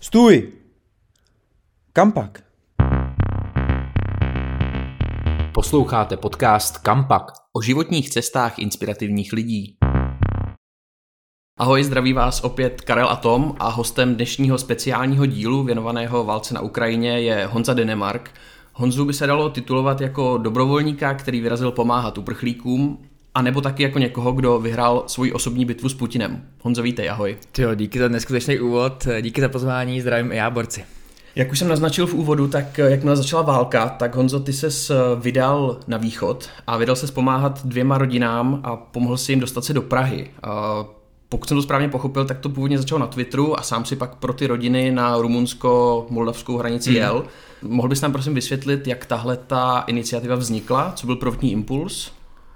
Stůj! Kampak? Posloucháte podcast Kampak o životních cestách inspirativních lidí. Ahoj, zdraví vás opět Karel a Tom a hostem dnešního speciálního dílu věnovaného válce na Ukrajině je Honza Denemark. Honzu by se dalo titulovat jako dobrovolníka, který vyrazil pomáhat uprchlíkům, a nebo taky jako někoho, kdo vyhrál svoji osobní bitvu s Putinem. Honzo, vítej, ahoj. Jo, díky za neskutečný úvod, díky za pozvání, zdravím i já, borci. Jak už jsem naznačil v úvodu, tak jakmile začala válka, tak Honzo, ty ses vydal na východ a vydal ses pomáhat 2 rodinám a pomohl si jim dostat se do Prahy. Pokud jsem to správně pochopil, tak to původně začalo na Twitteru a sám si pak pro ty rodiny na rumunsko-moldavskou hranici jel. Mohl bys nám prosím vysvětlit, jak tahle ta iniciativa vznikla? Co byl první impuls?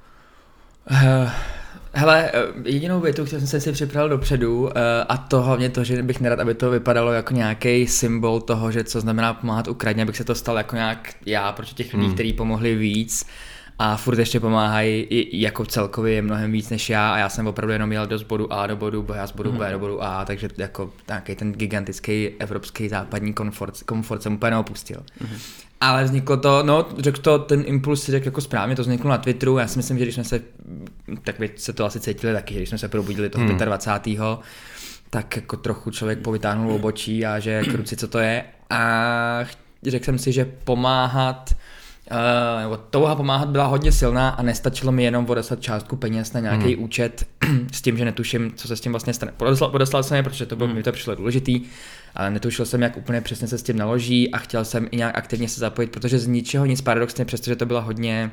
Hele, jedinou větu, kterou jsem si připravil dopředu, a to hlavně to, že bych nerad, aby to vypadalo jako nějaký symbol toho, že co znamená pomáhat Ukrajině, abych se to stal jako nějak já proti těch lidí, kteří pomohli víc a furt ještě pomáhají i jako celkově mnohem víc než já a já jsem opravdu jenom jel z bodu A do bodu B a z bodu B do bodu A, takže jako nějaký ten gigantický evropský západní komfort jsem úplně neopustil. Ale vzniklo to, no řekl to, ten impuls si řekl jako správně, to vzniklo na Twitteru, já si myslím, že když jsme se, tak vy se to asi cítili taky, že když jsme se probudili toho 25. tak jako trochu člověk povytáhnul obočí a že kruci, co to je a řekl jsem si, že pomáhat, nebo touha pomáhat byla hodně silná a nestačilo mi jenom odeslat částku peněz na nějaký účet s tím, že netuším, co se s tím vlastně stane. Podeslal jsem je, protože to bylo, mi to přišlo důležitý, ale netušil jsem, jak úplně přesně se s tím naloží a chtěl jsem i nějak aktivně se zapojit, protože z ničeho nic paradoxně, přestože to byla hodně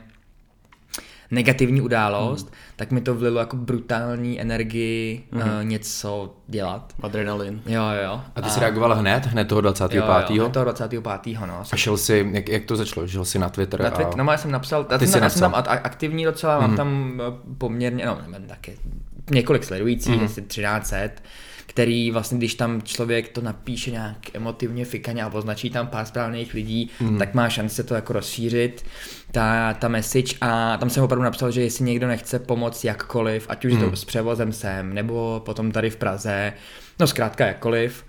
negativní událost, tak mi to vlilo jako brutální energii něco dělat. Adrenalin. Jo. A ty jsi reagoval hned toho 25. Jo, toho 25. no. A šel jsi, jak to začalo? Šel jsi na Twitter? Na Twitter, no já jsem napsal, já jsem tam aktivní docela, mám tam poměrně, taky několik sledujících, asi 1300, který vlastně, když tam člověk to napíše nějak emotivně, fikaně a označí tam pár správných lidí, tak má šanci to jako rozšířit, ta message a tam jsem opravdu napsal, že jestli někdo nechce pomoct jakkoliv, ať už s převozem sem, nebo potom tady v Praze, no zkrátka jakkoliv,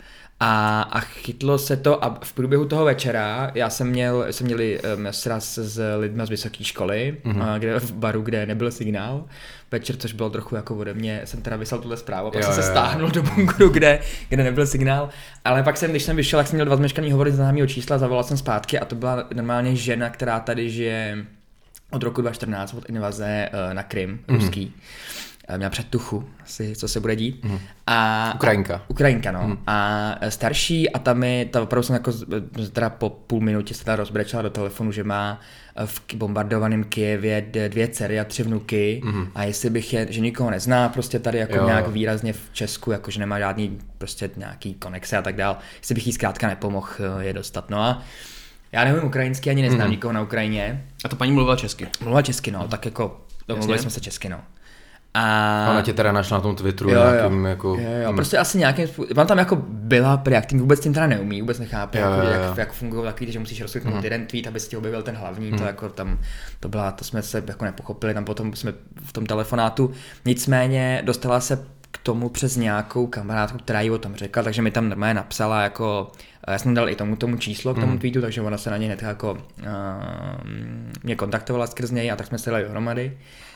a chytlo se to a v průběhu toho večera jsem měli sraz s lidmi z vysoké školy, kde v baru, kde nebyl signál večer, což bylo trochu jako ode mě, jsem teda vyslal tuhle zprávu, pak jsem se stáhnul do bunkru, kde nebyl signál, ale pak když jsem vyšel, tak jsem měl 2 zmeškaný hovory z známého čísla, zavolal jsem zpátky a to byla normálně žena, která tady žije od roku 2014, od invaze na Krym, ruský. Měla předtuchu, asi, co se bude dít. Ukrajinka, no. A starší a tam opravdu jsem jako teda po půl minutě se ta rozbrečela do telefonu, že má v bombardovaném Kyjevě 2 dcery a 3 vnuky a jestli bych že nikoho nezná, prostě tady jako nějak výrazně v Česku, jako že nemá žádný prostě nějaký konexe a tak dál, jestli bych jí zkrátka nepomohl je dostat. No a já nevím ukrajinsky, ani neznám nikoho na Ukrajině. A to paní mluvila česky? Mluvila česky, no, tak jako domluvili jsme se česky, no. A ona tě teda našla na tom Twitteru nějakým jako... Jo, prostě asi nějakým způsobem, on tam jako byla preaktivní, vůbec tím teda neumí, vůbec nechápe, jak fungují takový, že musíš rozkliknout jeden tweet, aby si ti objevil ten hlavní, to jako tam, to jsme se jako nepochopili, tam potom jsme v tom telefonátu, nicméně dostala se k tomu přes nějakou kamarádku, která jí o tom řekla, takže mi tam normálně napsala jako, já jsem dal i tomu číslo k tomu tweetu, takže ona se na něj hned jako mě kontaktovala skrz něj a tak jsme se dali dohromady.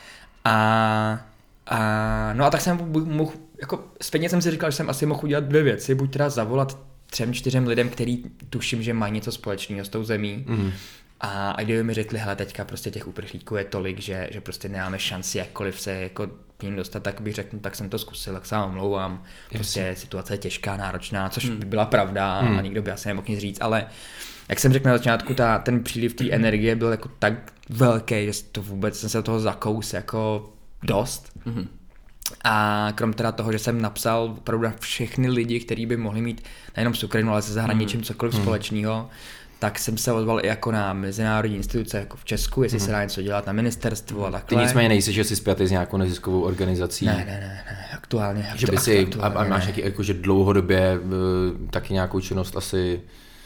No a tak jsem mohl, jako zpětně jsem si říkal, že jsem asi mohl udělat 2 věci, buď teda zavolat 3-4 lidem, který tuším, že mají něco společného s tou zemí a kdyby mi řekli, hele teďka prostě těch uprchlíků je tolik, že prostě nemáme šanci jakkoliv se jako k ním dostat, tak bych řekl, tak jsem to zkusil, tak se vám omlouvám, prostě situace je těžká, náročná, což by byla pravda a nikdo by asi nemohl nic říct, ale jak jsem řekl na začátku, ten příliv té energie byl jako tak velký, že to vůbec jsem se do toho zakous jako dost. A krom teda toho, že jsem napsal opravdu všechny lidi, kteří by mohli mít nejenom s Ukrajinou, ale se zahraničím cokoliv společného, tak jsem se ozval i jako na mezinárodní instituce jako v Česku, jestli se dá něco dělat na ministerstvu a takhle. Ty nicméně nejsi, že jsi spjatý s nějakou neziskovou organizací? Ne, aktuálně. Že by si, a máš nějaký, jakože dlouhodobě taky nějakou činnost asi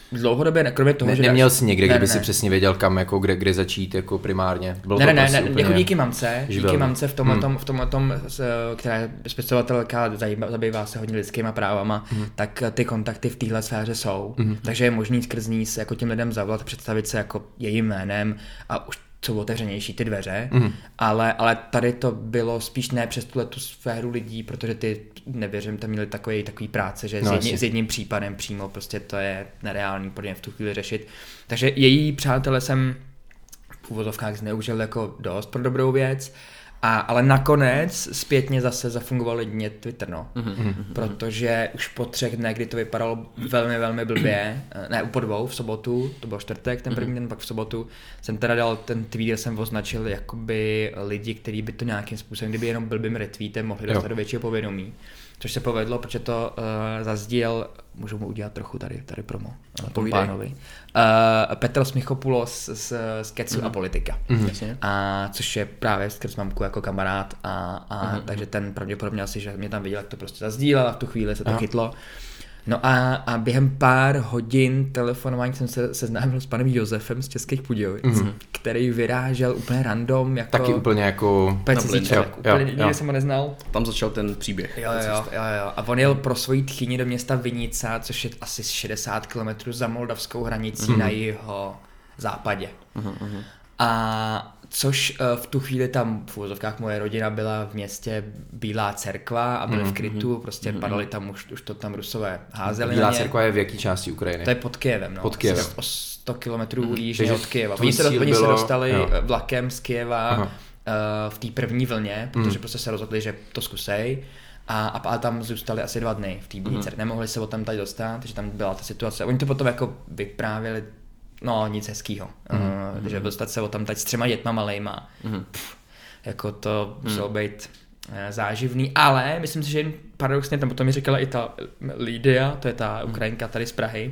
dlouhodobě, kromě toho, že... Neměl jsi někde, kdyby si přesně věděl, kam, jako kde začít, jako primárně? Bylo ne, jako díky mamce v tomhletom, která je spisovatelka, zabývá se hodně lidskýma právama, tak ty kontakty v téhle sféře jsou, takže je možný skrz ní se jako těm lidem zavolat, představit se jako jejím jménem a už jsou otevřenější ty dveře, ale tady to bylo spíš ne přes tu sféru lidí, protože ty, nevěřím, tam měli takový práce, že s jedním případem přímo, prostě to je nereálný pro ně v tu chvíli řešit. Takže její přátelé jsem v uvozovkách zneužil jako dost pro dobrou věc, ale nakonec zpětně zase zafungoval jedině Twitter, protože už po 3 dnech, kdy to vypadalo velmi, velmi blbě, ne, po 2, v sobotu, to byl čtvrtek, ten první den, pak v sobotu, jsem teda dal ten tweet, jsem označil jakoby lidi, kteří by to nějakým způsobem, kdyby jenom blbým retweetem mohli dostat do většího povědomí. Což se povedlo, protože to zazdíl, můžu mu udělat trochu tady promo, pánovi, Petr Smichopoulos z Kecu a Politika. Což je právě skrz mamku jako kamarád takže ten pravděpodobně asi, že mě tam viděl, jak to prostě zazdílel a v tu chvíli se to chytlo. No a během pár hodin telefonování jsem se seznámil s panem Josefem z Českých Budějovic, který vyrážel úplně random. Jako... Taky úplně jako... Nikdy jsem ho neznal. Tam začal ten příběh. Jo. A on jel pro svoji tchýni do města Vinica, což je asi 60 km za moldavskou hranicí na jeho západě. A což v tu chvíli tam v úvozovkách moje rodina byla v městě Bílá Cerkva a byli v krytu, prostě padaly tam, už to tam Rusové házeli. Bílá Cerkva je v jaký části Ukrajiny? To je pod Kyjevem, no. Pod Kyjevem. O 100 kilometrů jižně od Kyjeva. Oni se dostali vlakem z Kyjeva v té první vlně, protože prostě se rozhodli, že to zkusej. A tam zůstali asi 2 dny v té Bílé Cerkvě. Nemohli se tam tady dostat, takže tam byla ta situace. Oni to potom jako vyprávěli. No, nic hezkýho. Že dostat se tam teď s 3 dětma malejma. Jako to muselo být záživný, ale myslím si, že paradoxně tam potom mi říkala i ta Lídia, to je ta Ukrajinka tady z Prahy.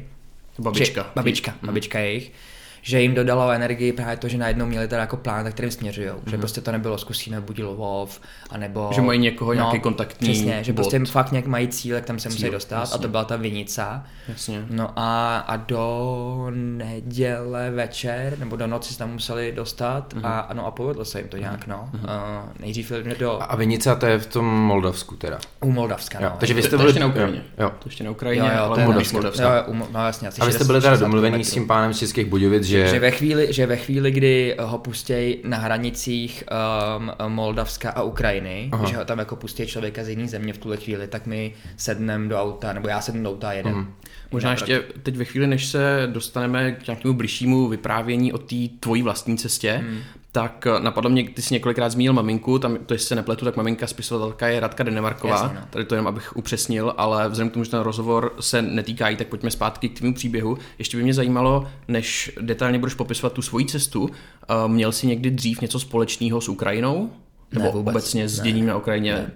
Babička jejich. Že jim dodalo energii právě to, že najednou měli teda jako plán, na kterým směřujou. Že prostě to nebylo zkusíme Budilov, anebo... Že mají někoho nějaký kontaktní přesně, že prostě fakt nějak mají cíle, tam se musí dostat, jasně. A to byla ta Vinica. Jasně. No a do neděle večer, nebo do noci se tam museli dostat a povedlo se jim to nějak, nejdřív do... A Vinica to je v tom Moldavsku teda? U Moldavska, jo. Takže vy jste byli... To ještě na Ukrajině. Jo. To ještě na Ukrajině, ale Moldavska. No jasně, asi a vy jste byli teda domluvený s tím pánem z Českých Budějovic, že ve chvíli, kdy ho pustějí na hranicích Moldavska a Ukrajiny, že ho tam jako pustí člověka z jiné země v tuhle chvíli, tak my sedneme do auta, nebo já sednu do auta a jedem. Možná ještě teď ve chvíli, než se dostaneme k nějakému bližšímu vyprávění o té tvojí vlastní cestě, tak napadlo mě, ty jsi několikrát zmínil maminku, tam to jestli se nepletu, tak maminka spisovatelka je Radka Denemarková, jasně, no. Tady to jenom abych upřesnil, ale vzhledem k tomu, že ten rozhovor se netýká jí, tak pojďme zpátky k tvému příběhu. Ještě by mě zajímalo, než detailně budeš popisovat tu svoji cestu, měl jsi někdy dřív něco společného s Ukrajinou? Nebo obecně s děním na Ukrajině?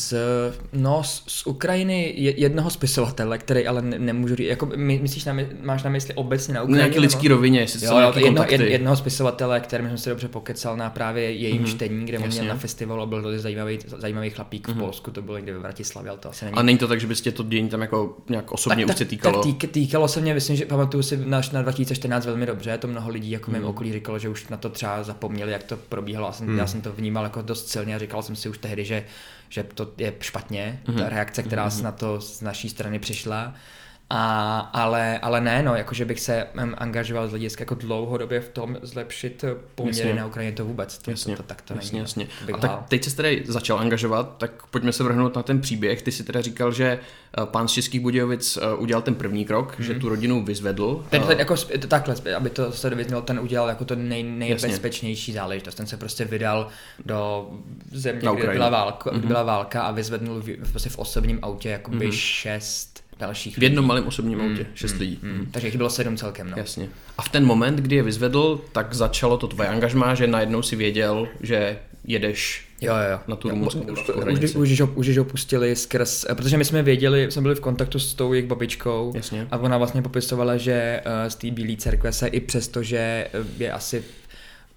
Z Ukrajiny jednoho spisovatele, který ale nemůžu říct, jako myslíš, máš na mysli obecně na Ukrajině? Nějaký lidský rovině, jestli jsou nějaký kontakty. Jednoho spisovatele, kterým jsem se dobře pokecal na právě jejím čtení, kde on měl na festivalu, byl to zajímavý chlapík v Polsku, to bylo někde ve Vratislavi, ale to asi není. A není to tak, že bys tě to dění tam jako nějak osobně už se týkalo? Tak týkalo se mě, myslím, že pamatuju si na 2014 velmi dobře, to mnoho lidí jako mým okolí říkalo, že už na to třeba zapomněli, jak to probíhalo, já jsem to vnímal jako dost silně a říkal jsem si už tehdy, že to je špatně, ta reakce, která na to z naší strany přišla. Ale ne, jakože bych se angažoval z hlediska jako dlouhodobě v tom zlepšit poměry na Ukrajině, to vůbec. Tak to není. Jasně. A tak teď se tedy začal angažovat, tak pojďme se vrhnout na ten příběh. Ty si teda říkal, že pán z Českých Budějovic udělal ten první krok, že tu rodinu vyzvedl. Ten jako takhle, aby to se dovědělo, ten udělal jako to nejbezpečnější záležitost. Ten se prostě vydal do země, kde byla válka a vyzvednul prostě v osobním autě jakoby 6 dalších v jednom malém osobním autě, 6 lidí. Takže jich bylo 7 celkem. No. Jasně. A v ten moment, kdy je vyzvedl, tak začalo to tvoje angažmá, že najednou si věděl, že jedeš na tu rumunskou hranici. Už ho pustili skrz, protože my jsme věděli, jsme byli v kontaktu s tou jejich babičkou. Jasně. A ona vlastně popisovala, že z té Bílé Cerkve se i přesto, že je asi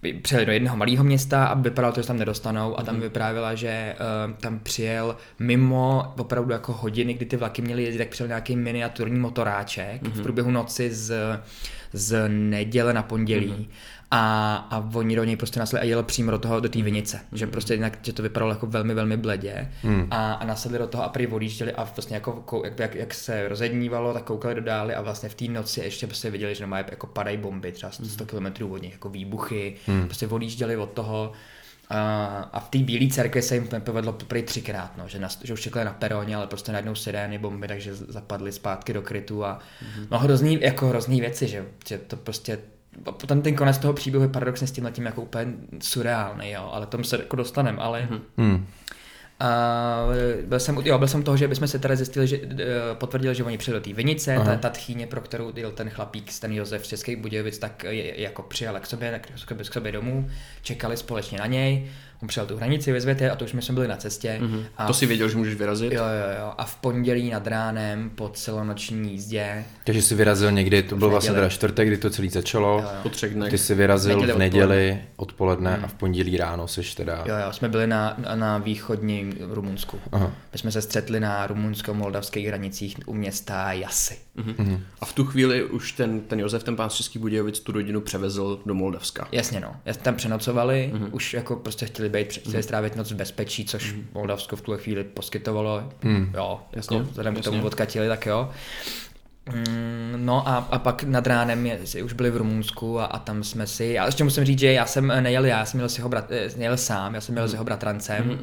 přijeli do jednoho malého města a vypadalo to, že tam nedostanou a tam vyprávěla, že tam přijel mimo opravdu jako hodiny, kdy ty vlaky měly jezdit, tak přijel nějaký miniaturní motoráček v průběhu noci z neděle na pondělí. A oni do něj prostě nasedli a jel přímo do té vinice, že prostě jinak, že to vypadalo jako velmi, velmi bledě a nasedli do toho a prý odjížděli a vlastně jako jak se rozednívalo, tak koukali do dály a vlastně v té noci ještě prostě viděli, že normálně jako padají bomby, třeba 100 km od nich, jako výbuchy, prostě odjížděli od toho a v té bílé cerkvi se jim povedlo prý 3krát, no, že už čekali na peroně, ale prostě najednou sirény, bomby, takže zapadli zpátky do krytu a no hrozný věci, že to prostě. A potom ten konec toho příběhu je paradoxně s tímhletím jako úplně surreálný, jo, ale tomu se jako dostaneme, ale byl jsem toho, že bychom se teda zjistili, že potvrdili, že oni přijeli do té vinice, ta tchýně, pro kterou jel ten chlapík, ten Josef z Českých Budějovic, tak jako přijel k sobě domů, čekali společně na něj, on přijel tu hranici, vyzvěte a to už my jsme byli na cestě. A to si věděl, že můžeš vyrazit? Jo. A v pondělí nad ránem po celonoční jízdě. Takže jsi vyrazil někdy, to byl vlastně teda čtvrtek, kdy to celý začalo. Jo. Po 3 dnech. Ty jsi vyrazil v neděli odpoledne a v pondělí ráno seš teda. Jo, jsme byli na východním Rumunsku. Aha. My jsme se střetli na rumunsko-moldavských hranicích u města Jasy. A v tu chvíli už ten Josef, ten pán z Českých Budějovic, tu rodinu převezl do Moldavska. Jasně, no. Tam přenocovali, už jako prostě chtěli strávit noc v bezpečí, což Moldavsko v tuhle chvíli poskytovalo. Jo, jasně, jako vzhledem k tomu odkatili, tak jo. No a pak nad ránem už byli v Rumunsku a tam jsme si, já ještě musím říct, že já jsem nejel sám, já jsem jel s jeho bratrancem,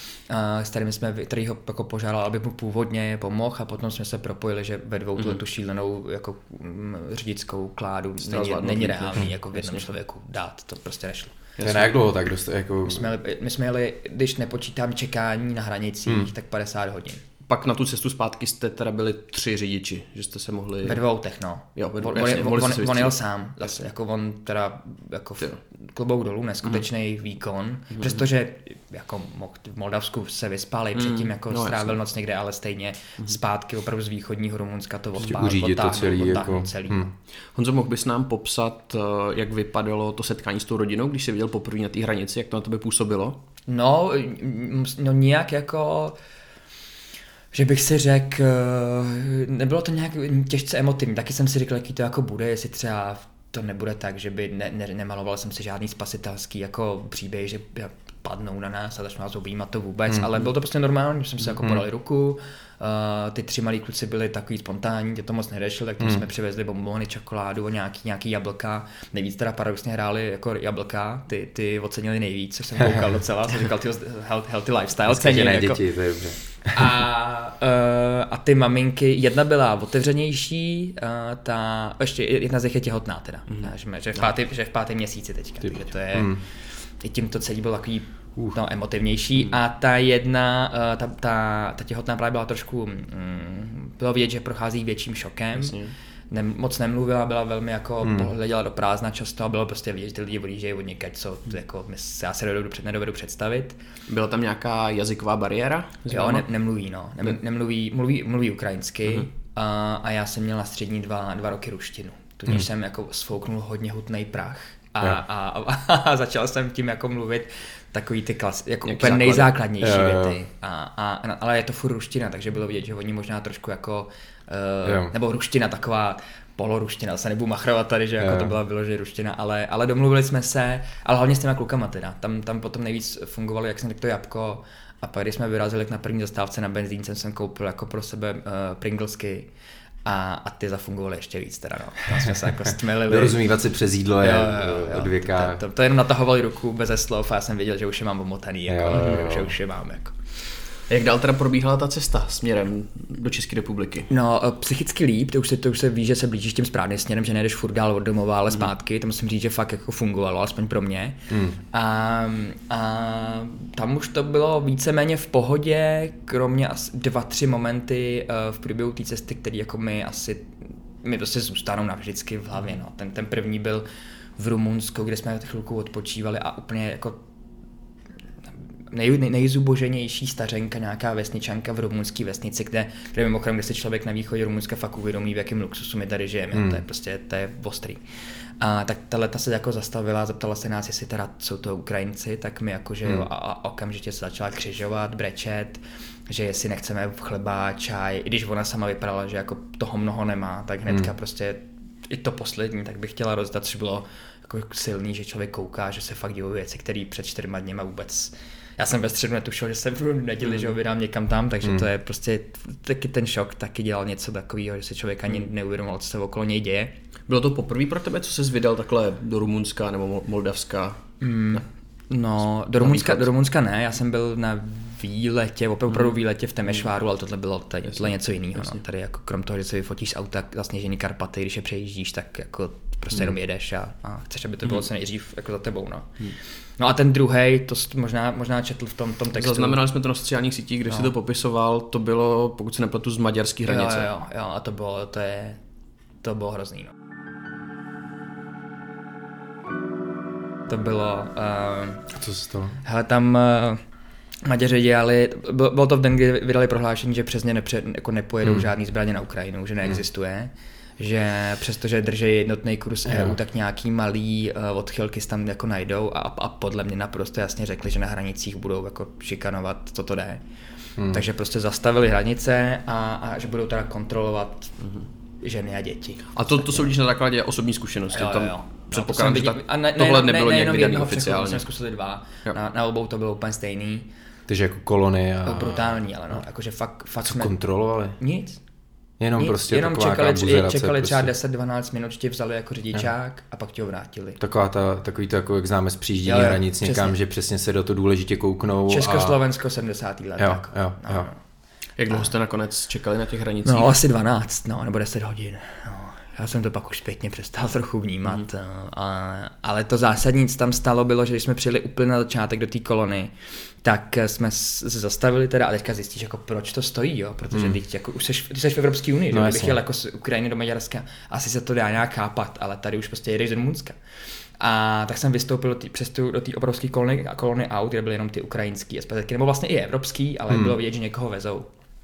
který ho jako požádal, aby mu původně pomohl a potom jsme se propojili, že ve dvou tu šílenou jako řidickou kládu není reálný jako v jednom člověku dát, to prostě nešlo. To je na jak dlouho tak dost, jako... My jsme jeli, když nepočítám čekání na hranicích, tak 50 hodin. Pak na tu cestu zpátky jste teda byli 3 řidiči, že jste se mohli... Ve dvoutech, no. Jo, on jel sám, zase, jako on teda jako klobouk dolů, neskutečný výkon, přestože jako v Moldavsku se vyspal i předtím jako strávil noc někde, ale stejně zpátky opravdu z východního Rumunska to odtáhnul celý. Honzo, mohl bys nám popsat, jak vypadalo to setkání s tou rodinou, když jsi viděl poprvé na té hranici, jak to na tebe působilo? No nějak jako... Že bych si řekl, nebylo to nějak těžce emotivní, taky jsem si řekl, jaký to jako bude, jestli třeba to nebude tak, že by nemaloval jsem si žádný spasitelský jako příběh, že padnou na nás a začnou nás objímat to vůbec, ale bylo to prostě normální, že jsme si jako podali ruku, ty 3 malí kluci byli takový spontánní, tě to moc neřešil, tak tam jsme přivezli bonbony, čokoládu a nějaký jablka, nejvíc teda paradoxně hráli jako jablka, ty ocenili nejvíc, což jsem koukal docela, jsem říkal, healthy lifestyle cením. Jako. Děti, to je dobře. A ty maminky, jedna byla otevřenější, ještě jedna z nich je těhotná teda, že v 5. měsíci teďka, takže to je, i tím to celý byl takový emotivnější a ta jedna, ta těhotná právě byla trošku, bylo vidět, že prochází větším šokem, moc nemluvila, byla velmi jako hleděla do prázdna často a bylo prostě vidět, že ty lidi odjíždějí od někaď, co jako já se nedovedu představit. Byla tam nějaká jazyková bariéra? Jo, nemluví, no. Mluví ukrajinsky a já jsem měl na střední 2 roky ruštinu. Tudíž jsem jako sfouknul hodně hutnej prach a začal jsem tím jako mluvit takový ty jako úplně nejzákladnější věty. Ale je to furt ruština, takže bylo vidět, že oni možná trošku jako nebo ruština taková poloruština, zase nebudu machrovat tady, že jako to byla vyloženě ruština, ale domluvili jsme se, ale hlavně s těma klukama teda. Tam potom nejvíc fungovalo, jak jsem řekl, to jabko a pak když jsme vyrazili na první zastávce na benzín, jsem koupil jako pro sebe Pringlesky a ty zafungovaly ještě víc teda, no. Tam jsme se jako stmelili. Dorozumívat si přes jídlo je odvěká. To jenom natahovali ruku beze slov a já jsem věděl, že už je mám omotaný, jako, že už je mám jako. Jak dál teda probíhala ta cesta směrem do České republiky? No, psychicky líp, to už se ví, že se blížíš tím správným směrem, že nejdeš furt dál od domova, ale zpátky, to musím říct, že fakt jako fungovalo, alespoň pro mě. A tam už to bylo víceméně v pohodě, kromě asi 2-3 momenty v průběhu té cesty, které jako mi prostě zůstanou navždycky v hlavě. No. Ten první byl v Rumunsku, kde jsme chvilku odpočívali a úplně jako nejzuboženější stařenka, nějaká vesničanka v rumunské vesnici, kde mimochodem, kde se člověk na východě Rumunska fakt uvědomí, v jakém luxusu my tady žijeme. To je ostrý. A tak ta leta se jako zastavila, zeptala se nás, jestli teda jsou to Ukrajinci, tak my jakože jo, a okamžitě se začala křižovat, brečet, že jestli nechceme chleba, čaj, i když ona sama vypadala, že jako toho mnoho nemá, tak hnedka prostě i to poslední, tak bych chtěla rozdat, což bylo jako silný, že člověk kouká, že se fakt dějí věci, které před 4 dněma vůbec. Já jsem ve středu netušil, že se v neděli, že ho vydám někam tam, takže to je prostě taky ten šok, taky dělal něco takového, že se člověk ani neuvědomoval, co se okolo něj děje. Bylo to poprvé pro tebe, co ses vydal takhle do Rumunska nebo Moldavska? No, do Rumunska ne, já jsem byl na výletě, opravdu výletě v Temešváru, ale tohle bylo tohle něco jiného. No. Tady jako krom toho, že se vyfotíš z auta zasněžený Karpaty, když je přejíždíš, tak jako prostě jenom jedeš a chceš, aby to bylo co nejdřív jako za tebou. No. No a ten druhej, to možná četl v tom textu. Zaznamenali jsme to na sociálních sítích, kde si to popisoval, to bylo, pokud se nepletu, z maďarské hranice. Jo, a to bylo hrozný. No. To bylo... Co se stalo? Hele, tam Maďaři dělali... Bylo to v den, kdy vydali prohlášení, že přesně nepojedou žádný zbraně na Ukrajinu, že neexistuje. Že přestože drží jednotný kurz EU, tak nějaký malý odchylky se tam jako najdou a podle mě naprosto jasně řekli, že na hranicích budou jako šikanovat, to jde. Takže prostě zastavili hranice a že budou teda kontrolovat ženy a děti. A to soudíš na základě osobní zkušenosti? Jo. Předpokládám, že tohle nebylo nějak vydaný oficiálně. Jsme zkusili 2, na obou to bylo úplně stejný. Takže jako kolony a... Brutální, ale no, jakože fakt jsme... kontrolovali? Nic. Jenom čekali třeba 10-12 minut, že ti vzali jako řidičák a pak ti ho vrátili. Takový to, jako jak známe z přijíždění hranic někam, že přesně se do to důležitě kouknou. Československo 70. let. Jo. Jak dlouho jste nakonec čekali na těch hranicích? No asi 12, nebo 10 hodin. No. Já jsem to pak už zpětně přestal trochu vnímat, ale to zásadní, co tam stalo, bylo, že když jsme přijeli úplně na začátek do té kolony, tak jsme se zastavili teda a teďka zjistíš, jako proč to stojí, jo? Protože teď jako, už jsi v Evropské unii, že? Kdybych jel jako z Ukrajiny do Maďarska, asi se to dá nějak chápat, ale tady už prostě jedeš z Rumunska. A tak jsem vystoupil do té obrovské kolony aut, kde byly jenom ty ukrajinský SPZ, nebo vlastně i evropský, ale bylo vidět, že někoho vezou.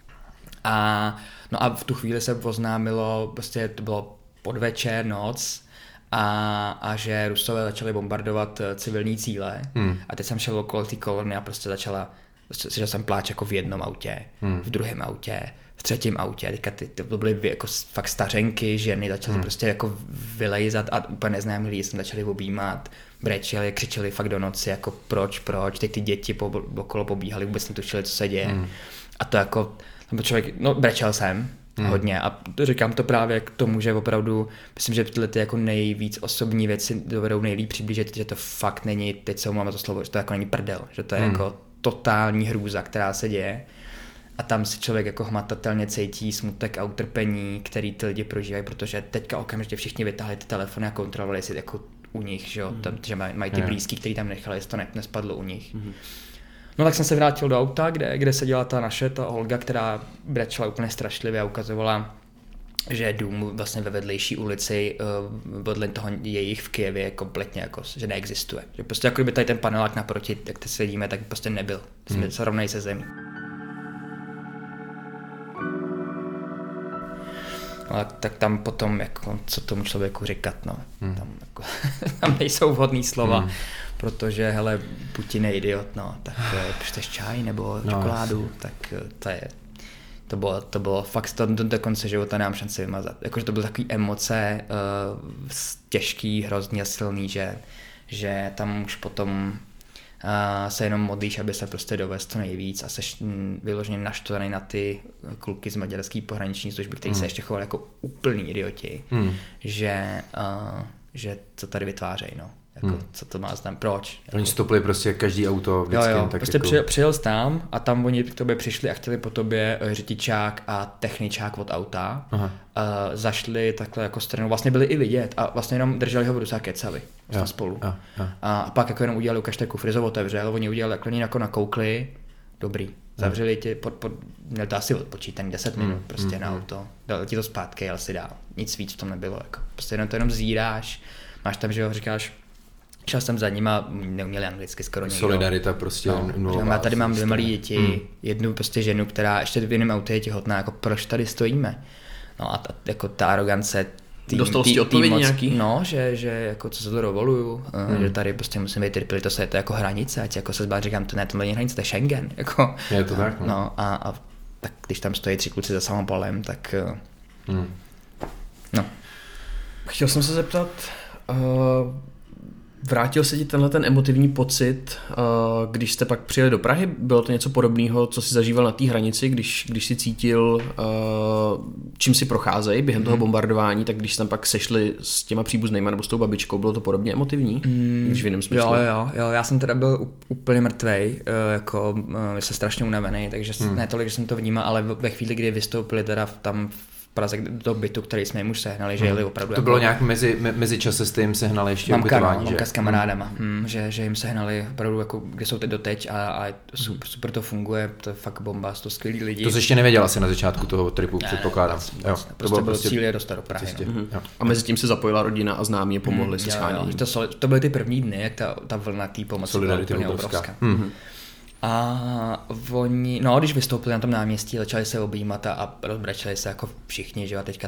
A v tu chvíli se oznámilo, prostě to bylo podvečer, noc a že Rusové začali bombardovat civilní cíle a teď jsem šel okolo té kolony a prostě začal jsem pláč jako v jednom autě, v druhém autě, v třetím autě, teďka to byly jako fakt stařenky, ženy začaly prostě jako vylejzat a úplně neznámí lidi jsem začali objímat, brečeli, křičeli fakt do noci jako proč, teď ty děti okolo pobíhaly, vůbec netušili, co se děje a to jako člověk, brečel jsem hodně a říkám to právě k tomu, že opravdu myslím, že tyhle ty jako nejvíc osobní věci dovedou nejlíp přiblížit, že to fakt není, teď se umám to slovo, že to jako není prdel, že to je jako totální hrůza, která se děje a tam si člověk jako hmatatelně cítí smutek a utrpení, který ty lidi prožívají, protože teďka okamžitě všichni vytáhli ty telefony a kontrolovali si jako u nich, že, tam, že mají ty blízký, který tam nechali, jestli to nespadlo u nich. No tak jsem se vrátil do auta, kde seděla ta Olga, která brečela úplně strašlivě a ukazovala, že dům vlastně ve vedlejší ulici vedle toho jejich v Kyjevě kompletně jako, že neexistuje. Že prostě jako kdyby tady ten panelák naproti, jak teď sedíme, tak prostě nebyl. Jsme se rovnají se zemí. No, tak tam potom, jako, co tomu člověku říkat, no. Tam nejsou vhodný slova. Protože, hele, Putin je idiot, no, tak chceš čaj nebo čokoládu, tak to bylo fakt, do konce života nemám šanci vymazat. Jakože to byly takové emoce těžký, hrozný a silný, že tam už potom se jenom modlíš, aby se prostě dovez to nejvíc a seš vyloženě naštvaný na ty kluky z maďarské pohraniční služby, kteří se ještě chovali jako úplný idioti, že to tady vytvářejí, no. Jako, co to má znamenat, proč? Oni stopli prostě každý auto vždycky. Jo, tak prostě jako... přijel jsi tam a tam oni k tobě přišli a chtěli po tobě řidičák a techničák od auta. Zašli takhle jako stranou, vlastně byli i vidět a vlastně jenom drželi ho v ruce a kecali spolu. A pak jako jenom udělali ukažte kufry, otevřel, oni udělali jako nakoukli, dobrý. Zavřeli ti, měl to asi odpočítaný 10 minut prostě na auto, dali ti to zpátky, jel si dál, nic víc v tom nebylo, jako, prostě jenom to jenom zíráš, máš tam, že ho říkáš, šel jsem za nima, neuměli anglicky skoro někdo. Solidarita prostě nulová. Já tady mám 2 malé děti, jednu prostě ženu, která ještě v jiném autě je těhotná, jako proč tady stojíme? No a jako ta arogance. Dostal jsi odpovědi nějaký? No, že jako co se to dovoluju, že tady prostě musím být trpěli, to je jako hranice, ať jako se zbavit, říkám, to není hranice, to je Schengen. Jako, je to tak, no. A tak když tam stojí 3 kluci za samopalem, tak no. Chtěl jsem se zeptat, vrátil se ti tenhle ten emotivní pocit, když jste pak přijeli do Prahy? Bylo to něco podobného, co jsi zažíval na té hranici, když si cítil, čím si procházejí během toho bombardování, tak když jste tam pak sešli s těma příbuznýma nebo s tou babičkou, bylo to podobně emotivní? Když v jiném smyslu? Jo, já jsem teda byl úplně mrtvej, jako jsem strašně unavený, takže ne tolik, že jsem to vnímal, ale ve chvíli, kdy vystoupili teda tam Praze do bytu, který jsme jim už sehnali, že jeli opravdu. To bylo nějak mezi čase jste jim sehnali ještě ubytování, že? Mamka s kamarádama, že jim sehnali opravdu, jako, kde jsou teď doteď a super to funguje, to je fakt bomba, to skvělí lidi. To jsi ještě nevěděl asi na začátku toho tripu, předpokládám. Prostě bylo cíl je dostat do Prahy. A mezi tím se zapojila rodina a známí pomohli se scháněním. To byly ty první dny, jak ta vlna té pomoci byla úplně obrovská. A oni, když vystoupili na tom náměstí, začali se objímat a rozbračili se jako všichni, že jo, a teďka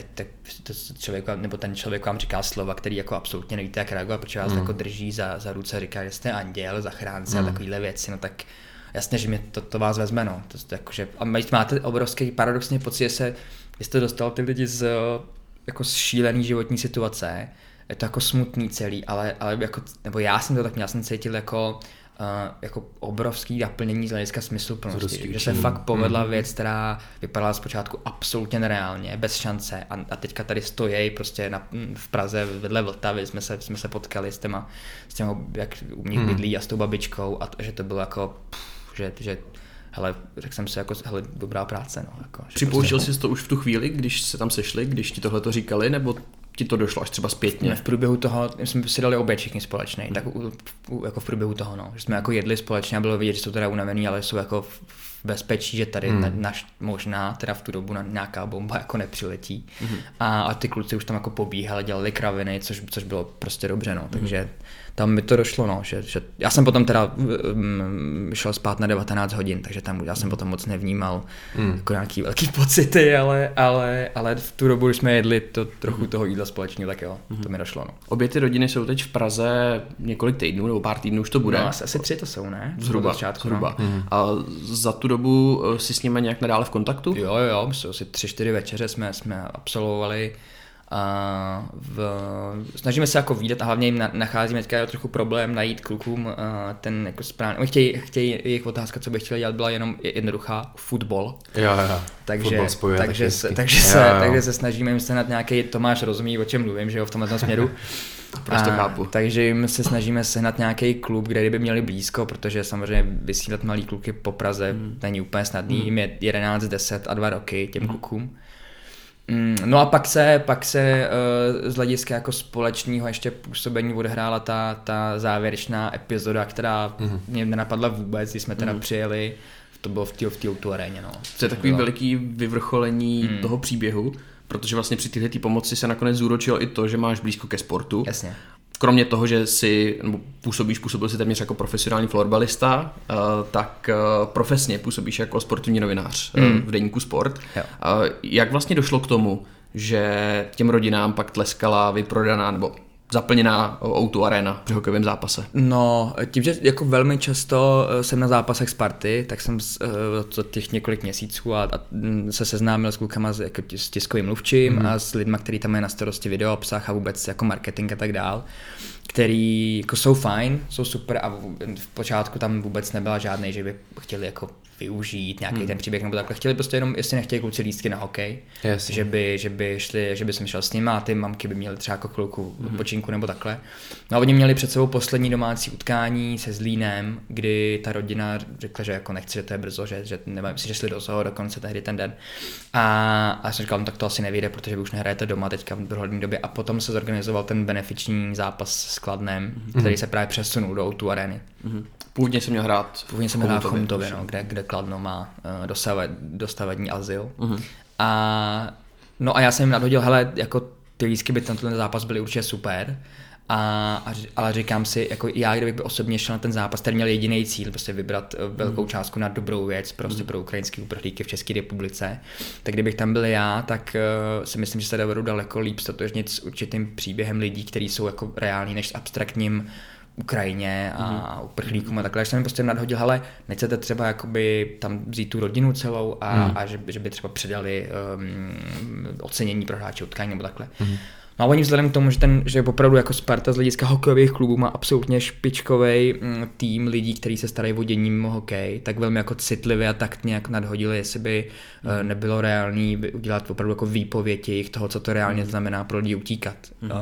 ten člověk vám říká slova, který jako absolutně nevíte, jak reagovat, protože vás jako drží za ruce, říká, že jste anděl, zachránce a takovýhle věci, no tak jasně, že mě to vás vezme, no. To jakože, a máte obrovský paradoxní pocit, že jste dostal ty lidi z šílený životní situace, je to jako smutný celý, ale jako, nebo já jsem to tak měl, jsem cítil jako obrovský naplnění z hlediska smysluplnosti. Že se fakt povedla věc, která vypadala zpočátku absolutně nereálně, bez šance a teďka tady stojí prostě v Praze vedle Vltavy, jsme se potkali s těma jak u nich bydlí a s tou babičkou a že to bylo jako, že hele, řekl jsem si jako, hele, dobrá práce, no. Jako, připouštěl jsi to už v tu chvíli, když se tam sešli, když ti tohle to říkali, nebo ti to došlo až třeba zpětně? V průběhu toho, jsme si dali oběd všichni společný, tak jako v průběhu toho, no. Že jsme jako jedli společně a bylo vidět, že jsou teda unavený, ale jsou jako v bezpečí, že tady možná teda v tu dobu nějaká bomba jako nepřiletí. A ty kluci už tam jako pobíhali, dělali kraviny, což bylo prostě dobře, no. Takže tam mi to došlo, no, že já jsem potom teda šel spát na 19 hodin, takže tam já jsem potom moc nevnímal jako nějaký velký pocity, ale v tu dobu, když jsme jedli to trochu toho jídla společně, tak jo, to mi došlo, no. Obě ty rodiny jsou teď v Praze několik týdnů, nebo pár týdnů už to bude. No, asi 3 to jsou, ne? Zhruba. No. A za tu dobu jsi s nimi nějak nadále v kontaktu? Jo, my jsme asi 3-4 večeře jsme absolvovali. Snažíme se jako výdat a hlavně jim nacházíme teďka trochu problém najít klukům ten jako správný. Oni chtějí jejich otázka, co by chtěli dělat, byla jenom jednoduchá, fotbal. Jo. Takže se snažíme jim sehnat nějaký, Tomáš rozumí, o čem mluvím, že jo, v tomhle směru. Prostě chápu. Takže jim se snažíme sehnat nějaký klub, kde by měli blízko, protože samozřejmě vysílat malý kluky po Praze není úplně snadný, jim je 11, 10 a 2 roky těm klukům. No a pak se z hlediska jako společného ještě působení odehrála ta závěrečná epizoda, která mě nenapadla vůbec, když jsme teda přijeli, to bylo v té aréně. No. To je takový veliký vyvrcholení toho příběhu, protože vlastně při této pomoci se nakonec zúročilo i to, že máš blízko ke sportu. Jasně. Kromě toho, že působil si téměř jako profesionální florbalista, tak profesně působíš jako sportovní novinář v deníku Sport. Jak vlastně došlo k tomu, že těm rodinám pak tleskala vyprodaná nebo zaplněná O2 Arena při hokejovém zápase? No, tím, že jako velmi často jsem na zápasech Sparty, tak jsem těch několik měsíců a se seznámil s klukama s tiskovým mluvčím a s lidma, kteří tam mají na starosti video obsah a vůbec jako marketing a tak dál, který jako jsou fajn, jsou super a v počátku tam vůbec nebyla žádnej, že by chtěli jako využít nějaký ten příběh nebo takhle. Chtěli prostě jenom, jestli nechtěli kluci lístky na hokej, že by jsem šel s nimi a ty mamky by měly třeba jako chvilku odpočinku nebo takhle. No a oni měli před sebou poslední domácí utkání se Zlínem, kdy ta rodina řekla, že jako nechce, že to je brzo, že nevím, si šli do toho dokonce tehdy ten den. A já jsem říkal, no tak to asi nevyjde, protože vy už nehrajete doma teďka v dohledné době. A potom se zorganizoval ten benefiční zápas s Kladnem, který se právě přesunul do O2 Areny. Původně jsem měl hrát v Chomutově, no, kde Kladno má dosavadní azyl. A já jsem jim nadhodil, hele, jako ty lístky by ten zápas byly určitě super Ale říkám si, jako já kdybych osobně šel na ten zápas, který měl jediný cíl, prostě vybrat velkou částku na dobrou věc, prostě pro ukrajinský uprchlíky v České republice, tak kdybych tam byl já, tak si myslím, že se dovedu daleko líp stotožnit s určitým příběhem lidí, kteří jsou jako reální, než s abstraktním Ukrajině a uprchlíkům a takhle. Já jsem mi prostě nadhodil, hele, nechcete třeba jakoby tam vzít tu rodinu celou a že by třeba předali ocenění pro hráče utkání nebo takhle. No a oni vzhledem k tomu, že opravdu jako Sparta z hlediska hokejových klubů má absolutně špičkový tým lidí, kteří se starají o dění mimo hokej, tak velmi jako citlivě a taktně jako nadhodili, jestli by nebylo reálný udělat opravdu jako výpověď jejich toho, co to reálně znamená pro lidi utíkat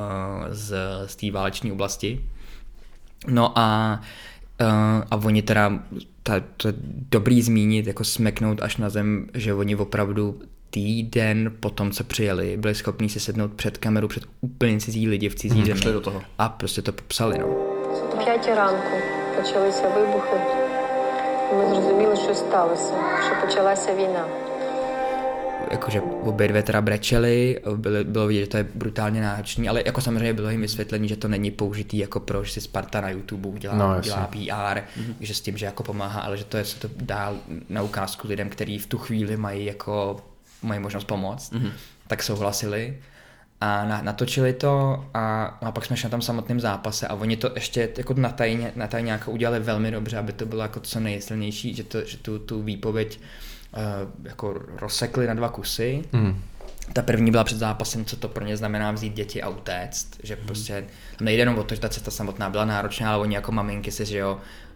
z té váleční oblasti. No a oni teda, to je dobrý zmínit, jako smeknout až na zem, že oni opravdu týden po tom, co přijeli, byli schopní si sednout před kameru, před úplně cizí lidi v cizí zemi do toho. A prostě to popsali. No. O 5 ранку почалися вибухи. Ми зрозуміли, що сталося, що почалася війна. Jakože obě dvě teda brečeli, bylo vidět, že to je brutálně náročný, ale jako samozřejmě bylo jim vysvětlení, že to není použitý jako pro, že si Sparta na YouTube dělá PR, že s tím, že jako pomáhá, ale že to se to dá na ukázku lidem, kteří v tu chvíli mají možnost pomoct, tak souhlasili a natočili to a pak jsme šli na tom samotném zápase a oni to ještě jako natajně jako udělali velmi dobře, aby to bylo jako co nejsilnější, že tu výpověď jako rozsekli na 2 kusy. Ta první byla před zápasem, co to pro ně znamená vzít děti a utéct, že prostě tam nejde jenom o to, že ta cesta samotná byla náročná, ale oni jako maminky si, že jo,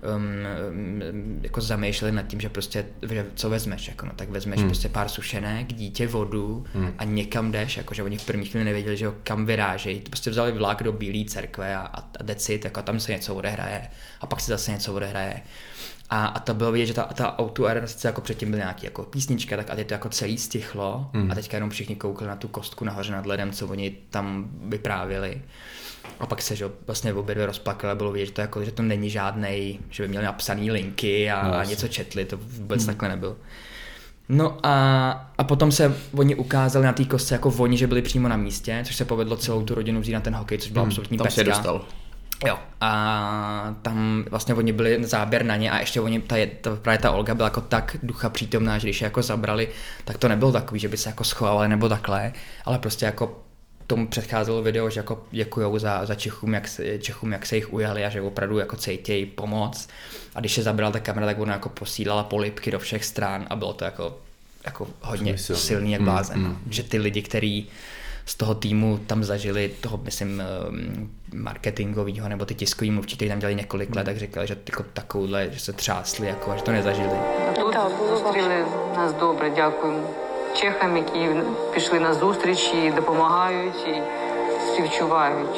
jako zamýšleli nad tím, že prostě, že co vezmeš, jako no, tak vezmeš prostě pár sušenek, dítě, vodu a někam jdeš, jakože oni v první chvíli nevěděli, že jo, kam vyrážejí, prostě vzali vlak do Bílé cerkve a decit, jako tam se něco odehraje a pak se zase něco odehraje. A to bylo vidět, že ta O2 Arena sice jako předtím byla nějaký jako písnička, tak a teď to jako celý stichlo a teďka jenom všichni koukali na tu kostku nahoře nad ledem, co oni tam vyprávěli. A pak se že vlastně obě dvě rozplakali a bylo vidět, že to, jako, že to není žádnej, že by měli napsaný linky a něco četli, to vůbec takhle nebylo. No a potom se oni ukázali na té kostce jako oni, že byli přímo na místě, což se povedlo celou tu rodinu vzít na ten hokej, což byla absolutní pecka. Tam se dostal. Jo, a tam vlastně oni byli záběr na ně a ještě oni, právě ta Olga byla jako tak ducha přítomná, že když je jako zabrali, tak to nebylo takový, že by se jako schovali nebo takhle, ale prostě jako tomu předcházelo video, že jako děkujou za Čechům, jak se jich ujali a že opravdu jako cítějí pomoc a když se zabrala ta kamera, tak ona jako posílala polibky do všech stran a bylo to jako hodně silný jak blázen, že ty lidi, kteří z toho týmu tam zažili toho, myslím, marketingového nebo ty tiskový mluvčí, kteří tam dělali několik let, tak říkali, že jako takovouhle, že se třásli, jako, že to nezažili. Тут зустріли нас добре, дякуємо чехам, які пішли на зустріч і допомагають, і співчувають.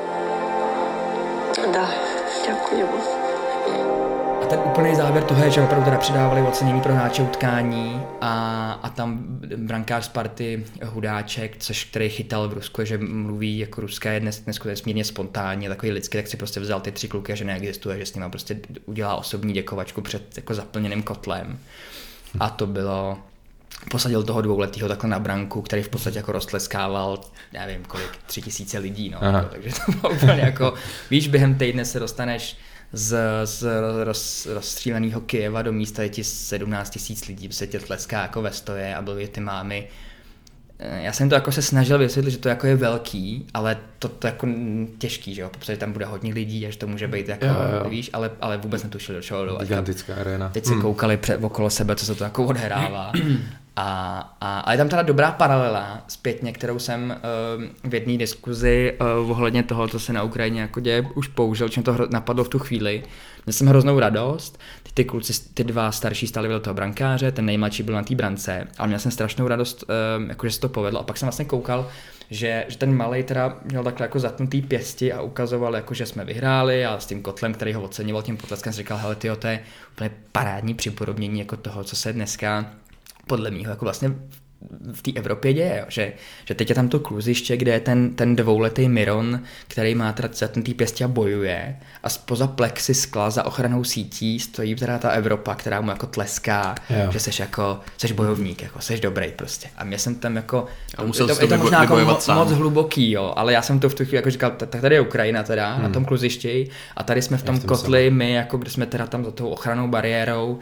Да, дякуємо. A ten úplný závěr toho je, že opravdu teda přidávali ocenění pro hráče utkání a tam brankář Sparty Hudáček, který chytal v Rusku, že mluví jako ruská je dnes nesmírně spontánně, takový lidský, tak si prostě vzal ty 3 kluky a že neexistuje, že s nima prostě udělá osobní děkovačku před jako zaplněným kotlem. A to bylo, posadil toho 2letého takhle na branku, který v podstatě jako roztleskával, nevím kolik, 3000 lidí, no. Jako, takže to bylo úplně jako, víš, během týdne se dostaneš z rozstříleného Kyjeva do místa je ti 17 000 lidí, se tě tleská jako ve stoje a byly ty mámy. Já jsem to jako se snažil vysvětlit, že to jako je velký, ale to jako těžký, že jo, protože tam bude hodně lidí a že to může být jako, víš, ale vůbec netušili, do čeho jdou. Gigantická arena. Teď se koukali okolo sebe, co se to jako odhrává. A je tam teda dobrá paralela zpětně, kterou jsem v jedné diskuzi ohledně toho, co se na Ukrajině jako děje, už použil, čím to napadlo v tu chvíli. Měl jsem hroznou radost, ty kluci, ty 2 starší stáli vedle toho brankáře, ten nejmladší byl na té brance, ale měl jsem strašnou radost, jako, že se to povedlo. A pak jsem vlastně koukal, že ten malej teda měl takhle jako zatnutý pěsti a ukazoval, jako, že jsme vyhráli a s tím kotlem, který ho oceňoval tím potleskem, říkal, hele tyjo, to je úplně parádní připodobnění jako toho, co se dneska podle mýho jako vlastně v té Evropě děje, jo? Že teď je tam to kluziště, kde je ten dvouletý Miron, který má teda ten tý pěstě a bojuje a spoza plexi skla za ochranou sítí stojí teda ta Evropa, která mu jako tleská, že seš bojovník, jako seš dobrý prostě. A mě jsem tam jako, je to možná jako moc hluboký, jo, ale já jsem to v tu chvíli jako říkal, tak tady je Ukrajina teda na tom kluzišti a tady jsme v tom kotli my, jako kde jsme teda tam za tou ochranou bariérou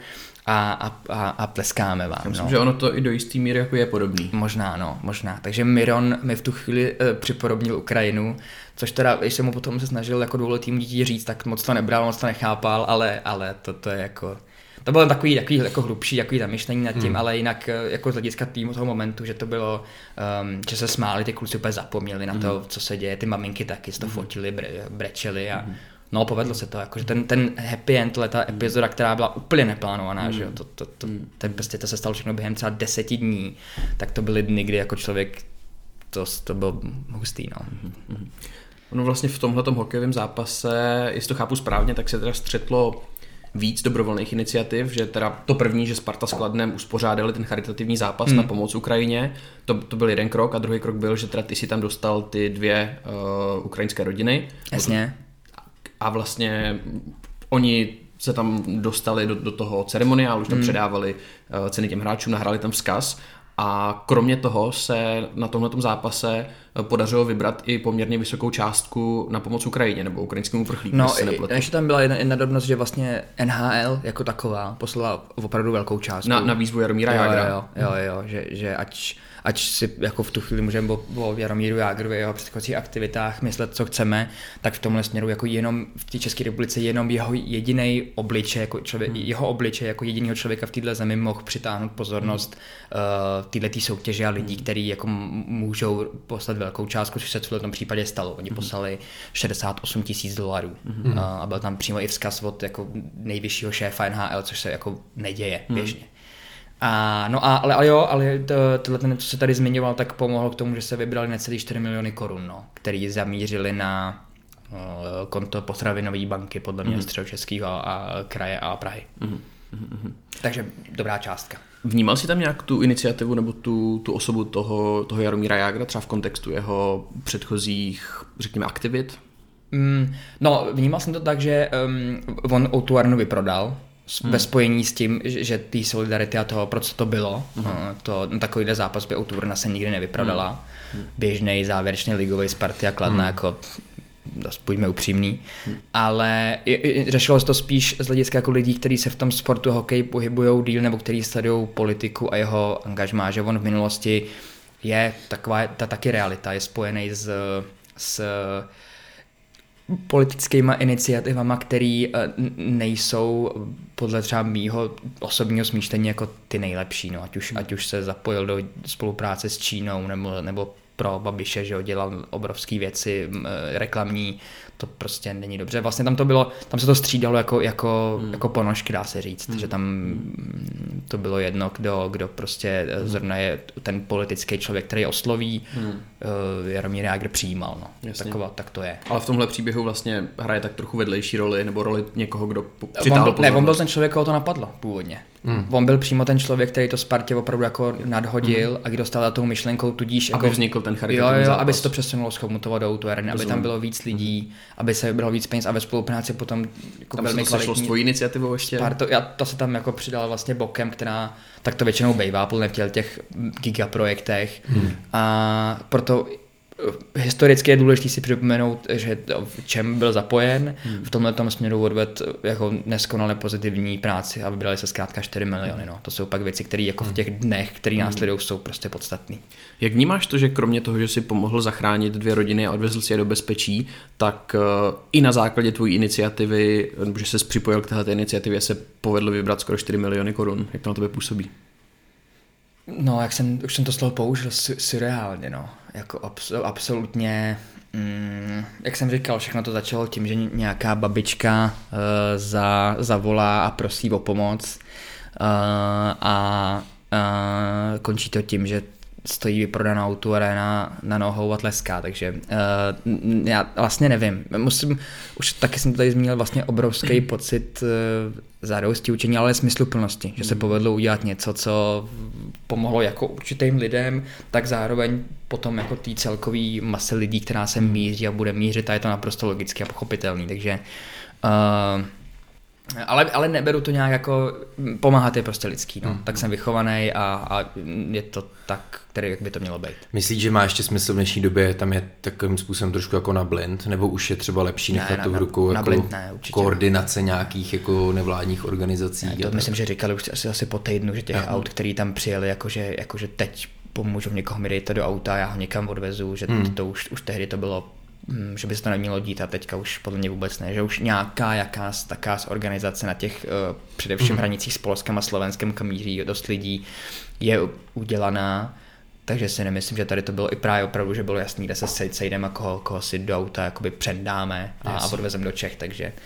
a pleskáme vám. Myslím, že ono to i do jistý míry jako je podobný. Možná. Takže Miron mi v tu chvíli připodobnil Ukrajinu, což teda, když jsem mu potom se snažil jako dvouletým dítě říct, tak moc to nebral, moc to nechápal, ale to je jako... To bylo takový jako hlubší, takový zamyšlení nad tím, ale jinak jako z hlediska týmu toho momentu, že to bylo, že se smáli, ty kluci úplně zapomněli na to, co se děje, ty maminky taky to fotili, brečeli a no, povedlo se to, jakože ten happy end, ta epizoda, která byla úplně neplánovaná, že jo, to se stalo všechno během třeba 10 dní, tak to byly dny, kdy jako člověk, to bylo hustý, no. Ono vlastně v tomhletom hokejovém zápase, jestli to chápu správně, tak se teda střetlo víc dobrovolných iniciativ, že teda to první, že Sparta s Kladnem uspořádali ten charitativní zápas na pomoc Ukrajině, to byl jeden krok a druhý krok byl, že teda ty si tam dostal ty 2 ukrajinské rodiny. Jasně. A vlastně oni se tam dostali do toho ceremoniálu, už tam předávali ceny těm hráčům, nahráli tam vzkaz a kromě toho se na tomhletom zápase podařilo vybrat i poměrně vysokou částku na pomoc Ukrajině nebo ukrajinskému uprchlíku. No, ještě tam byla jedna drobnost, že vlastně NHL jako taková poslala opravdu velkou částku. Na výzvu Jaromíra Jágra. Jo, že ať si jako v tu chvíli můžeme o Jaromíru Jágrovi a jeho předchozích aktivitách myslet, co chceme, tak v tomhle směru jako jenom v té České republice jenom jeho jediný obličej, jako jeho obličej jako jedinýho člověka v této zemi mohl přitáhnout pozornost této soutěže a lidí, kteří jako můžou poslat velkou částku, což se v tom případě stalo. Oni poslali $68,000 a byl tam přímo i vzkaz od jako nejvyššího šéfa NHL, což se jako neděje běžně. Ale tohle, co se tady zmiňoval, tak pomohlo k tomu, že se vybrali necelý 4 miliony korun, no, který zamířili na konto potravinové banky, podle mě Středočeského a kraje a Prahy. Takže dobrá částka. Vnímal jsi tam nějak tu iniciativu nebo tu osobu toho Jaromíra Jágra, třeba v kontextu jeho předchozích, řekněme, aktivit? No, vnímal jsem to tak, že on O2 Arenu vyprodal, ve spojení s tím, že té solidarity a toho, proč to bylo. Takovýhle zápas by O2 Arena se nikdy nevyprodala. Běžnej závěrečný ligový Sparty a Kladna, jako buďme upřímní. Ale řešilo se to spíš z hlediska jako lidí, kteří se v tom sportu hokej pohybujou díl, nebo kteří sledují politiku a jeho angažmá, že on v minulosti je taková, ta taky realita, je spojený s politickýma iniciativama, které nejsou podle třeba mýho osobního smýšlení jako ty nejlepší. No. Ať už se zapojil do spolupráce s Čínou nebo pro Babiše, že dělal obrovské věci reklamní, to prostě není dobře. Vlastně tam se to střídalo jako ponožky, dá se říct, že tam to bylo jedno, kdo prostě zrovna je ten politický člověk, který osloví, Jaromír Jágr přijímal. No. Tak to je. Ale v tomhle příběhu vlastně hraje tak trochu vedlejší roli, nebo roli někoho, kdo přitáhl pozornost. On byl ten člověk, koho to napadlo původně. On byl přímo ten člověk, který to Spartě opravdu jako nadhodil a kdo dostal za tou myšlenkou, tudíž aby jako, vznikl ten charitativní zápas. Aby se to přesunulo z Chomutova do O2 Areny, aby tam bylo víc lidí, aby se vybralo víc peněz a ve spolupráci potom jako tam velmi kvalitní. Tam se to sešlo s tvojí iniciativou ještě? To se tam jako přidal vlastně bokem, která tak to většinou bejvá podle v těch gigaprojektech. A proto historicky je důležité si připomenout, že v čem byl zapojen, v tomhletom směru odvedl jako neskonale pozitivní práci a vybrali se zkrátka 4 miliony. No. To jsou pak věci, které jako v těch dnech, které následují, jsou prostě podstatné. Jak vnímáš to, že kromě toho, že si pomohl zachránit 2 rodiny a odvezl si je do bezpečí, tak i na základě tvojí iniciativy, že ses připojil k této iniciativě, se povedlo vybrat skoro 4 miliony korun? Jak to na tebe působí? No, už jsem to slovo použil surreálně, no. Jako absolutně, jak jsem říkal, všechno to začalo tím, že nějaká babička zavolá a prosí o pomoc a končí to tím, že stojí vyprodaná O2 Arena na nohou a tleská, takže já vlastně nevím. Už taky jsem tady zmínil vlastně obrovský pocit zadosti učení, ale smysluplnosti, že se povedlo udělat něco, co pomohlo jako určitým lidem, tak zároveň potom jako té celkový masy lidí, která se míří a bude mířit, a je to naprosto logicky a pochopitelný, takže ale neberu to nějak jako, pomáhat je prostě lidský, no. Tak jsem vychovaný a je to tak, jak by to mělo být. Myslíš, že má ještě smysl v dnešní době, tam je takovým způsobem trošku jako na blind, nebo už je třeba lepší nechat tu v rukou jako blind, koordinace nějakých jako nevládních organizací? Ne, to myslím, že říkali už asi po týdnu, že těch aut, který tam přijeli, jakože teď pomůžu někoho, mi dejte do auta, já ho někam odvezu, že to už tehdy to bylo, že by se to nemělo dít, a teďka už podle mě vůbec ne, že už nějaká taká organizace na těch především hranicích s Polskem a Slovenskem, kam míří dost lidí, je udělaná, takže si nemyslím, že tady to bylo i právě opravdu, že bylo jasný, kde se sejdeme a koho si do auta jakoby předáme a odvezeme do Čech,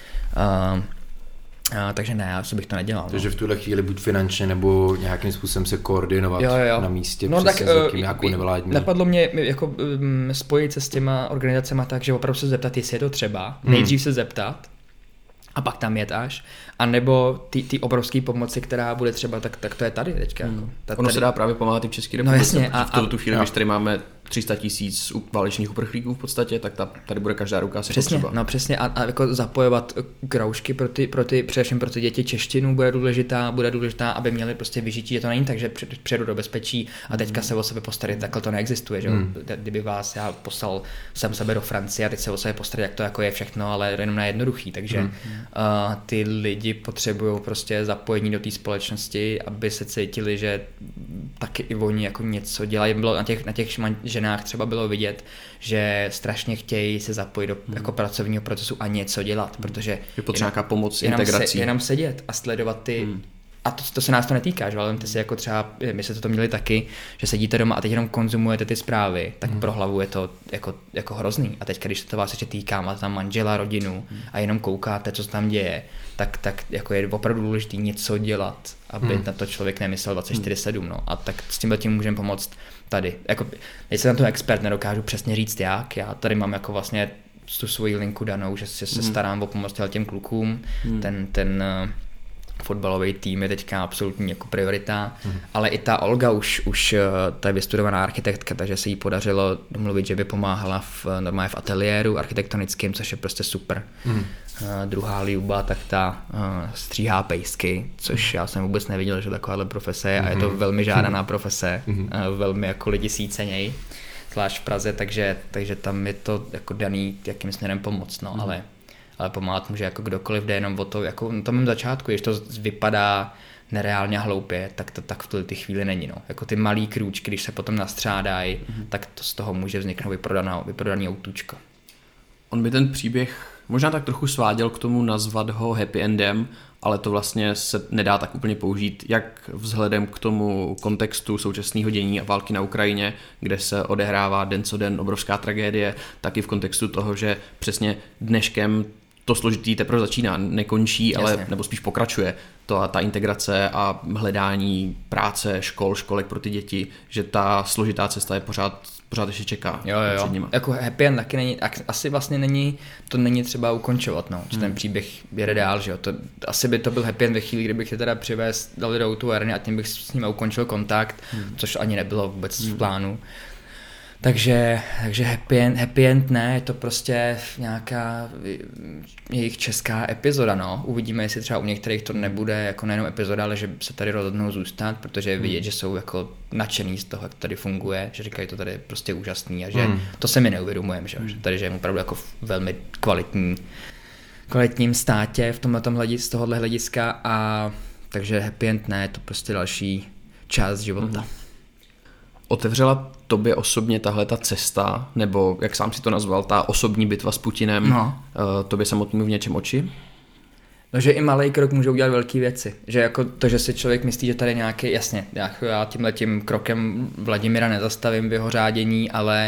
takže ne, já bych to nedělal. Takže v tuhle chvíli buď finančně nebo nějakým způsobem se koordinovat na místě, no, přesně tak, s nějakou nevládní. Napadlo mě jako spojit se s těma organizacema tak, že opravdu se zeptat, jestli je to třeba, nejdřív se zeptat a pak tam jet až, anebo ty obrovské pomoci, která bude třeba, tak to je tady teďka. Jako, ono se dá právě pomáhat i v České republice. No jasně. A v tu chvíli, když tady máme 300 000 válečných uprchlíků v podstatě, tak tady bude každá ruka asi potřeba. No přesně a jako zapojovat kroužky především pro ty děti češtinu bude důležitá, aby měli prostě vyžití, že to není tak, že přijedu do bezpečí a teďka se o sebe postarat, takhle to neexistuje, že? Kdyby vás já poslal sám sebe do Francie a teď se o sebe postarat, jak to jako je všechno, ale jenom na jednoduchý, takže ty lidi potřebují prostě zapojení do té společnosti, aby se cítili, že taky i oni jako něco dělají. Bylo na těch ženách třeba bylo vidět, že strašně chtějí se zapojit do jako pracovního procesu a něco dělat, protože je potřeba nějaká pomoc integrací. Jenom sedět a sledovat ty a to se nás to netýká, že? Ale vemte si jako třeba, my se to měli taky, že sedíte doma a teď jenom konzumujete ty zprávy, tak pro hlavu je to jako hrozný. A teď, když se to vás ještě týká, máte tam manžela, rodinu a jenom koukáte, co se tam děje, tak jako je opravdu důležité něco dělat, aby na to člověk nemyslel 24/7, no. A tak s tím můžeme pomoct tady. Jako, nejsem na to expert, nedokážu přesně říct jak, já tady mám jako vlastně tu svoji linku danou, že se starám o pomoc těm klukům, ten fotbalový tým je teďka absolutní jako priorita, ale i ta Olga už ta je vystudovaná architektka, takže se jí podařilo domluvit, že by pomáhala normálně v ateliéru architektonickém, což je prostě super. Druhá Liuba, tak ta stříhá pejsky, což já jsem vůbec neviděl, že takováhle profese je a je to velmi žádaná profese, velmi jako lidi si ji cenějí, zvlášť v Praze, takže tam je to jako daný, jakým směrem pomoct, no, ale pomáhat může jako kdokoliv, jde jenom o to, jako na tom vypadá, když to vypadá nereálně hloupě, tak to tak v tuhle chvíli není, no. Jako ty malý krůčky, když se potom nastřádají, tak to z toho může vzniknout vyprodaný autůčko. On by ten příběh možná tak trochu sváděl k tomu nazvat ho happy endem, ale to vlastně se nedá tak úplně použít, jak vzhledem k tomu kontextu současného dění a války na Ukrajině, kde se odehrává den co den obrovská tragédie, tak i v kontextu toho, že přesně dneškem to složitý teprve začíná, nekončí, ale nebo spíš pokračuje. Ta integrace a hledání práce, školek pro ty děti, že ta složitá cesta je pořád ještě čeká. Jo. Jako happy end taky není, asi vlastně není třeba ukončovat, no. Ten příběh jede dál, že jo. Asi by to byl happy end ve chvíli, kdybych je teda dali do autoarny a tím bych s nimi ukončil kontakt, což ani nebylo vůbec v plánu. Takže happy end ne, je to prostě nějaká jejich česká epizoda, no. Uvidíme, jestli třeba u některých to nebude jako nejenom epizoda, ale že se tady rozhodnou zůstat, protože je vidět, že jsou jako nadšený z toho, jak to tady funguje, že říkají, to tady je prostě úžasný a že to se mi neuvědomujeme, že tady že je opravdu jako velmi kvalitním státě z tohohle hlediska a takže happy end ne, je to prostě další část života. Otevřela tobě osobně tahle ta cesta, nebo jak sám si to nazval, ta osobní bitva s Putinem, tobě samotnému v něčem oči? No, že i malej krok může udělat velké věci. Že jako to, že si člověk myslí, že tady nějaký, jasně, já tímhletím krokem Vladimira nezastavím v jeho řádění, ale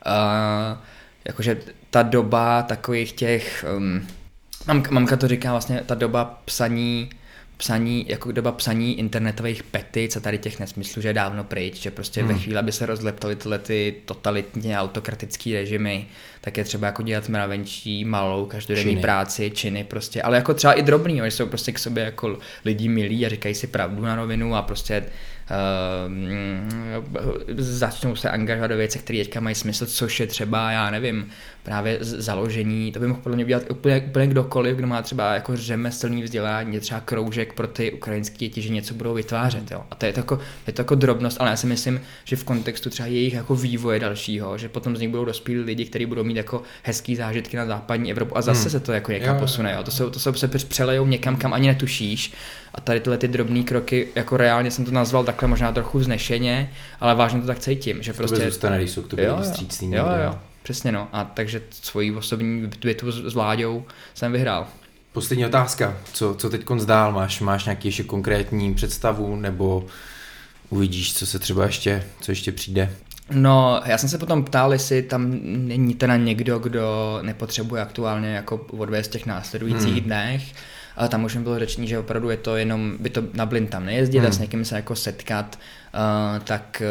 jakože ta doba takových těch, mamka to říká vlastně, ta doba psaní, jako doba psaní internetových petic a tady těch nesmyslů, že je dávno pryč, že prostě ve chvíli, aby se rozleptaly tyhle ty totalitně autokratické režimy, tak je třeba jako dělat mravenčí, malou, každodenní práci, činy prostě, ale jako třeba i drobný, že jsou prostě k sobě jako lidi milí a říkají si pravdu na rovinu a prostě začnou se angažovat do věcí, které teďka mají smysl, což je třeba, já nevím, právě založení, to by mohl podle mě udělat úplně kdokoliv, kdo má třeba jako řemeslný vzdělání, třeba kroužek pro ty ukrajinské děti, že něco budou vytvářet, jo. A to je to jako drobnost, ale já si myslím, že v kontextu třeba jejich jako vývoje dalšího, že potom z nich budou dospělí lidi, kteří budou mít jako hezký zážitky na západní Evropu a zase se to jako někam posune, jo. To se přelejou někam, kam ani netušíš. A tady tyhle ty drobné kroky, jako reálně jsem to nazval takhle možná trochu vznešeně, ale vážně to tak cítím, že prostě... To zůstane, když jsou k tobě vstřícný. Jo, přesně no. A takže svoji osobní bitvu s Vláďou jsem vyhrál. Poslední otázka. Co teďkon zdál? Máš nějaký ještě konkrétní představu, nebo uvidíš, co ještě přijde? No, já jsem se potom ptal, jestli tam není teda někdo, kdo nepotřebuje aktuálně jako odvést v těch následujících dnech. Ale tam už mi bylo řečení, že opravdu je to jenom, by to na blind tam nejezdit a s někým se jako setkat, tak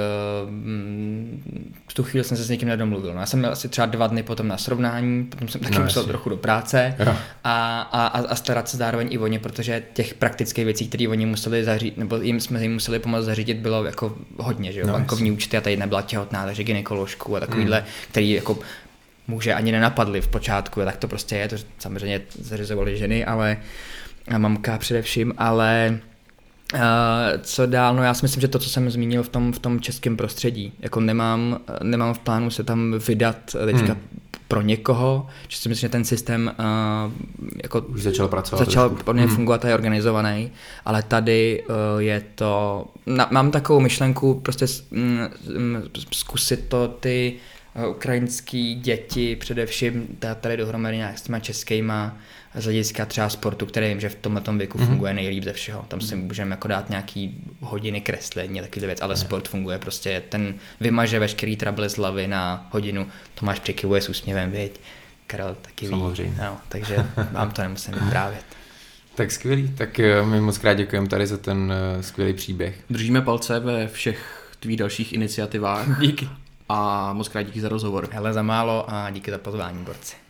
v tu chvíli jsem se s někým nedomluvil. No, já jsem měl asi třeba 2 dny potom na srovnání, potom jsem taky musel trochu do práce a starat se zároveň i o ně, protože těch praktických věcí, které oni museli zařídit, nebo jsme jim museli pomoct zařídit, bylo jako hodně, že jo, bankovní účty a tady nebyla těhotná, takže gynekoložku a takovýhle, který jako muže ani nenapadly v počátku, tak to prostě je, to samozřejmě zařizovaly ženy, ale a mamka především, ale co dál, no já si myslím, že to, co jsem zmínil v tom českém prostředí, jako nemám v plánu se tam vydat teďka pro někoho, že si myslím, že ten systém jako už začal pracovat. Začal fungovat a je organizovaný, ale tady je to, mám takovou myšlenku prostě zkusit to ty ukrajinský děti především tady dohromady nějak s těma českýma z hlediska třeba sportu, který vím, že v tomhletom věku funguje nejlíp ze všeho. Tam si můžeme jako dát nějaký hodiny kreslení a takovýhle věc, ale sport funguje prostě, ten vymaže veškerý trable z hlavy na hodinu. Tomáš přikivuje s úsměvem, viď? Karel taky ví. No, takže vám to nemusím vyprávět. Tak skvělý, tak my moc krát děkujeme tady za ten skvělý příběh. Držíme palce ve všech tvých dalších iniciativách. Díky. A moc krát díky za rozhovor. Hele, za málo a díky za pozvání, borci.